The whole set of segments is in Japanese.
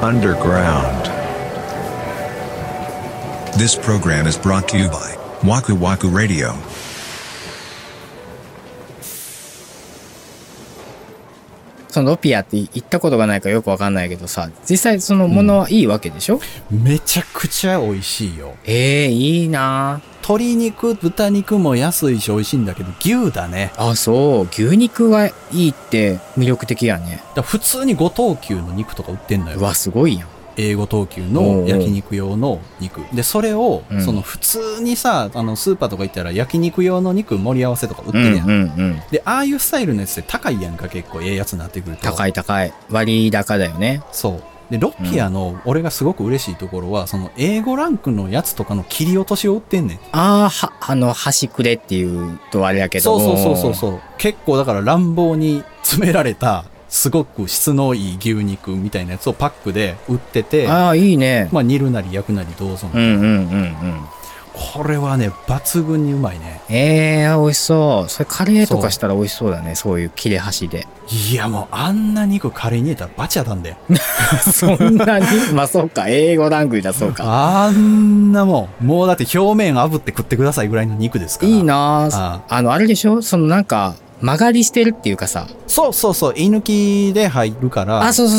underground. This program is brought to you by Waku Waku Radio. そのロピアって行ったことがないからよくわかんないけどさ、実際そのものはいいわけでしょ？ めちゃくちゃ美味しいよ。 いいな。 鶏肉、豚肉も安いし美味しいんだけど、牛だね。 あ、そう。牛肉がいいって魅力的やね。 だ普通に五等級の肉とか売ってんのよ。 うわ、すごいやん。 A5 等級の焼肉用の肉で、それを、その普通にさ、スーパーとか行ったら焼肉用の肉盛り合わせとか売ってるやん、で、ああいうスタイルのやつって高いやんか。結構ええやつになってくると高い割高だよね。 そうで、ロピアの俺がすごく嬉しいところは、その A5 ランクのやつとかの切り落としを売ってんねん。 端くれっていうとあれやけど、 そう結構だから乱暴に詰められたすごく質のいい牛肉みたいなやつをパックで売ってて、 いいね。 まあ煮るなり焼くなりどうぞ。これはね抜群にうまいね。 美味しそう。それカレーとかしたら美味しそうだね。そういう切れ端で。 いやもうあんな肉カレーに入れたらバチ当たんだよ。 そんなにまあそうか、英語ラングだそうか。 あんなもうだって表面炙って食ってくださいぐらいの肉ですから。 いいな。あれでしょ、そのなんか曲がりしてるっていうかさ。 そう居抜きで入るから。 そう、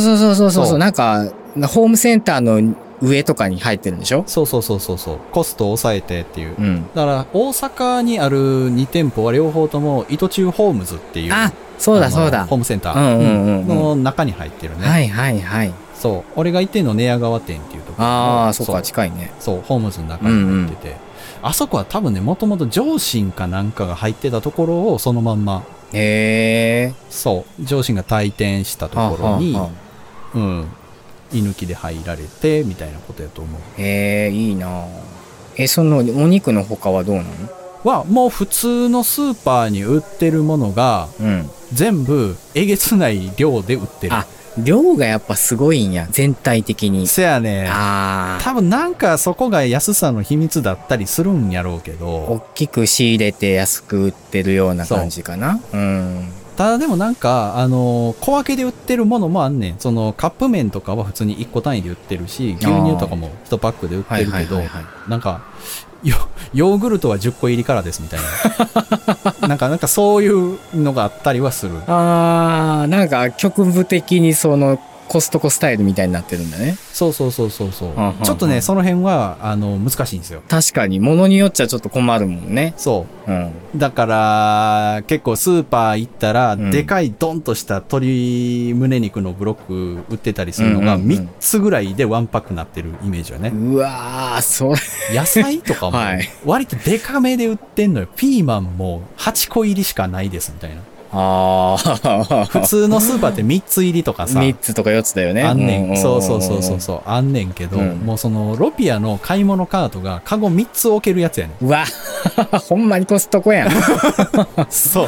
なんかホームセンターの上とかに入ってるんでしょ。そうコストを抑えてっていう、だから大阪にある2店舗は両方とも糸中ホームズっていう、 そうだホームセンターの中に入ってるね。はいそう、俺が行ってんの寝屋川店っていうところ。 そうか、近いね。 そう、ホームズの中に入ってて、あそこは多分ね、もともと上信かなんかが入ってたところをそのまんま、そう上信が退店したところに居抜きで入られてみたいなことやと思う。 いいな。そのお肉の他はどうなの？ はもう普通のスーパーに売ってるものが、全部えげつない量で売ってる。 量がやっぱすごいんや、全体的に。 せやね。多分なんかそこが安さの秘密だったりするんやろうけど、 大きく仕入れて安く売ってるような感じかな。 ただでもなんか小分けで売ってるものもあんねん。そのカップ麺とかは普通に1個単位で売ってるし、牛乳とかも1パックで売ってるけど、なんかヨーグルトは10個入りからですみたいななんかそういうのがあったりはする。 なんか局部的にそのコストコスタイルみたいになってるんだね。 そうちょっとねその辺は難しいんですよ。 確かに物によっちゃちょっと困るもんね。 だから結構スーパー行ったら、でかいドンとした鶏胸肉のブロック売ってたりするのが3つぐらいでワンパックになってるイメージはね。 うわー、それ野菜とかも割とでかめで売ってんのよ。ピーマンも8個入りしかないですみたいな。普通のスーパーって3つ入りとかさ、 3つとか4つだよね。 あんねん。そうあんねんけど、もうそのロピアの買い物カートがカゴ3つ置けるやつやねん。 うわほんまにコストコやん。 そう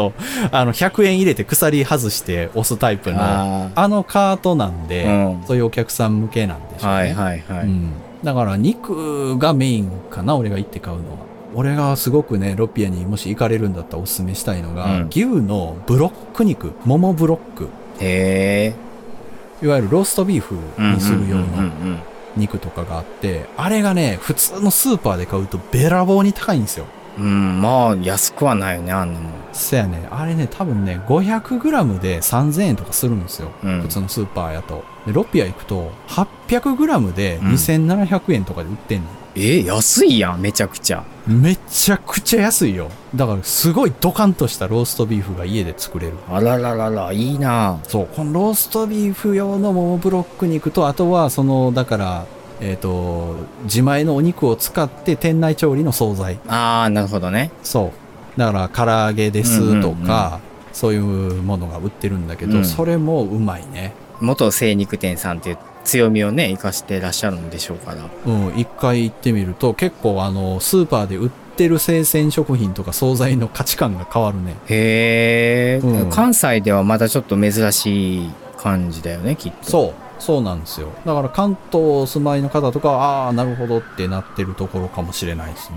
100円入れて鎖外して押すタイプのカートなんで、そういうお客さん向けなんでしょうね。だから肉がメインかな、俺が行って買うのは。俺がすごくねロピアにもし行かれるんだったらおすすめしたいのが、牛のブロック肉、ももブロック、いわゆるローストビーフにするような肉とかがあって、あれがね普通のスーパーで買うとべらぼうに高いんですよ。 まあ安くはないよね、あんなもん。 そやね。あれね多分ね 500g で3000円とかするんですよ、普通のスーパーやと。でロピア行くと 800g で2700円とかで売ってんの。 安いやん、めちゃくちゃ。 めちゃくちゃ安いよ。だからすごいドカンとしたローストビーフが家で作れる。 あらららら、いいな。 そう、このローストビーフ用のももブロック肉と、あとはそのだから自前のお肉を使って店内調理の惣菜。 なるほどね。 そうだから唐揚げですとか、そういうものが売ってるんだけど、それもうまいね。 元精肉店さんっていう強みをね生かしてらっしゃるんでしょうから、 一回行ってみると結構スーパーで売ってる生鮮食品とか惣菜の価値観が変わるね。 関西ではまだちょっと珍しい感じだよね、きっと。 そうなんですよ。だから関東お住まいの方とかはなるほどってなってるところかもしれないです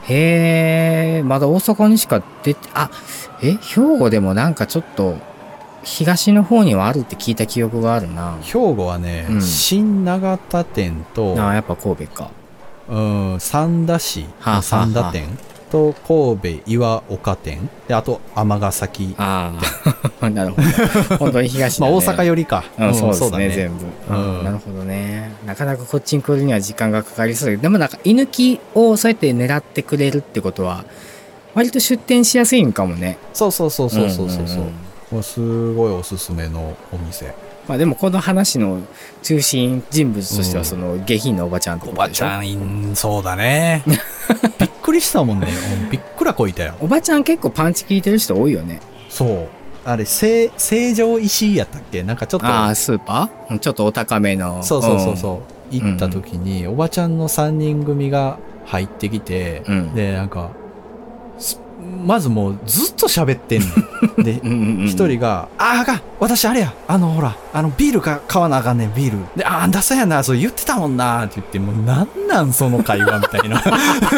ね。 まだ大阪にしか出て兵庫でもなんかちょっと東の方にはあるって聞いた記憶があるな。 兵庫はね、新長田店と、 やっぱ神戸か。 三田市の三田店と神戸岩岡店で、あと尼崎店。 なるほど。本当に東だね。 大阪よりか。 そうですね、全部。なるほどね。なかなかこっちに来るには時間がかかりそうだけど、でもなんか居抜きをそうやって狙ってくれるってことは、割と出店しやすいんかもね。 そう。すごいおすすめのお店。 まあでもこの話の中心人物としてはその下品なおばちゃんってことでしょ。 おばちゃん、そうだね。びっくりしたもんね。びっくらこいたよ。 おばちゃん結構パンチ効いてる人多いよね。 そう。あれ、成城石井やったっけ？なんかちょっと。 スーパー？ちょっとお高めの。 そう。行った時に、おばちゃんの3人組が入ってきて、で、なんか、まずもうずっと喋ってんの。で、一人が、あかん、私あれや、ほら、ビール買わなあかんねん、ビール。で、あんだそうやな、そう言ってたもんな、って言って、もうなんその会話みたいな。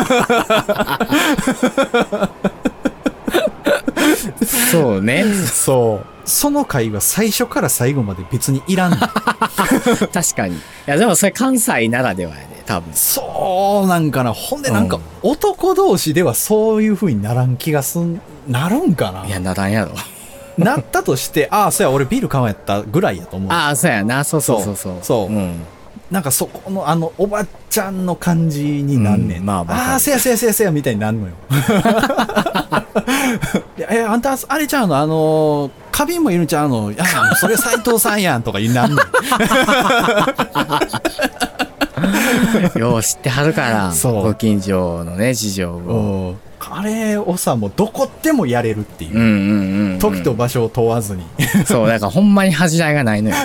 そうね。 そう。その会話最初から最後まで別にいらんの。 確かに。いや、でもそれ関西ならではやね、多分。 そうなんかな。ほんでなんか、男同士ではそういう風にならん気がなるんかな。 いや、ならんやろ。 なったとして、そうや、俺ビール買わんやったぐらいやと思う。 そうやな、そう。 そう。なんかそこのおばちゃんの感じになんねん。せやみたいになんのよ。あんたあれちゃうの、花瓶もいるんちゃうの、それ斉藤さんやんとか言うなんのよう知ってはるから、ご近所のね事情を。 あれをさ、もうどこでもやれるっていう、時と場所を問わずに。 そう、だからほんまに恥じらいがないのよ。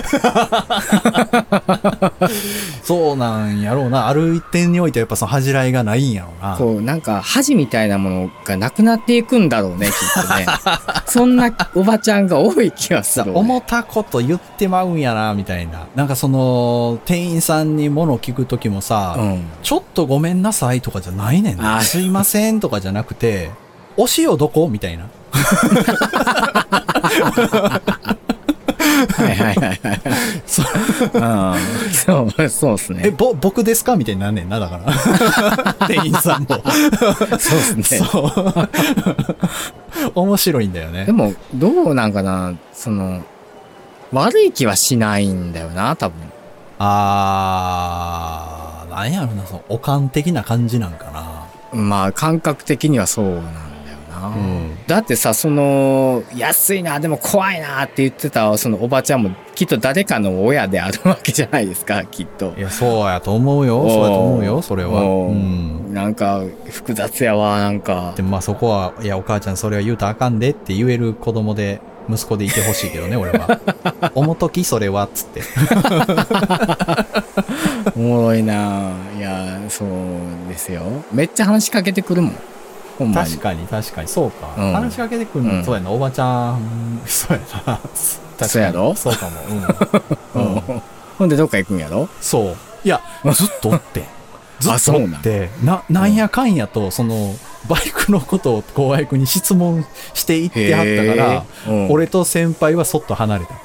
そうなんやろうな。ある一点においてやっぱその恥じらいがないんやろうな。 こうなんか恥みたいなものがなくなっていくんだろうね、きっとね。そんなおばちゃんが多い気がする。 思ったこと言ってまうんやなみたいな。なんかその店員さんに物聞くときもさ、ちょっとごめんなさいとかじゃないねんね。すいませんとかじゃなくて、お塩どこみたいな。 そうっすね。 僕ですかみたいになんねんな、だから。店員さんも。 そうっすね。そう。 面白いんだよね。 でも、どうなんかな、悪い気はしないんだよな、多分。 なんやろな、おかん的な感じなんかな。 まあ、感覚的にはそうなんだよな。だってさ、安いな、でも怖いなって言ってた、そのおばちゃんも、きっと誰かの親であるわけじゃないですか、きっと。 いや、そうやと思うよ、それは。 なんか、複雑やわ、なんか。 でもまあそこは、いや、お母ちゃんそれは言うたらあかんでって言える子供で、息子でいてほしいけどね、俺は。おもとき、それは、つって。 おもろいな。いや、そうですよ。めっちゃ話しかけてくるもん。ほんまに。 確かに、そうか。話しかけてくるの、そうやな、おばちゃん、そうやな。 そうやろ？ そうかも。 ほんでどっか行くんやろ？ そう。いや、ずっとおって。ずっとおって、なんやかんやと、バイクのことを後輩君に質問していってはったから、俺と先輩はそっと離れた。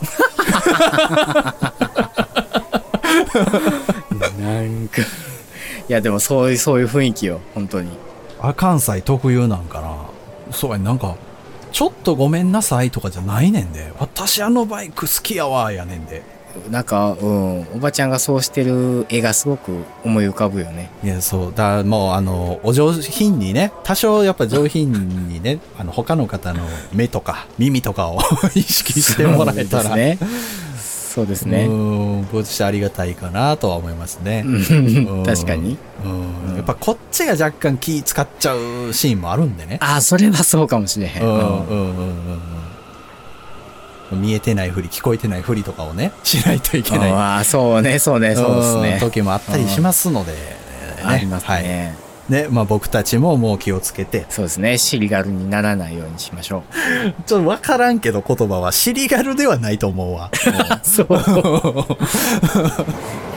なんか、いやでもそういう雰囲気よ、本当に。 関西特有なんかな。そうや、なんか、ちょっとごめんなさいとかじゃないねんで。私バイク好きやわ、やねんで。 なんか、おばちゃんがそうしてる絵がすごく思い浮かぶよね。 いや、そう。だからもう、お上品にね、多少やっぱ上品にね、他の方の目とか耳とかを意識してもらえたら。 そうですね。 僕としてありがたいかなとは思いますね。 確かに。 やっぱこっちが若干気使っちゃうシーンもあるんでね。 それはそうかもしれへん。 見えてないふり、聞こえてないふりとかをね、しないといけない。 そうですね。 時もあったりしますので。 ありますね。 ね、まあ僕たちももう気をつけて。 そうですね。シリガルにならないようにしましょう。 ちょっとわからんけど言葉はシリガルではないと思うわ。 そう。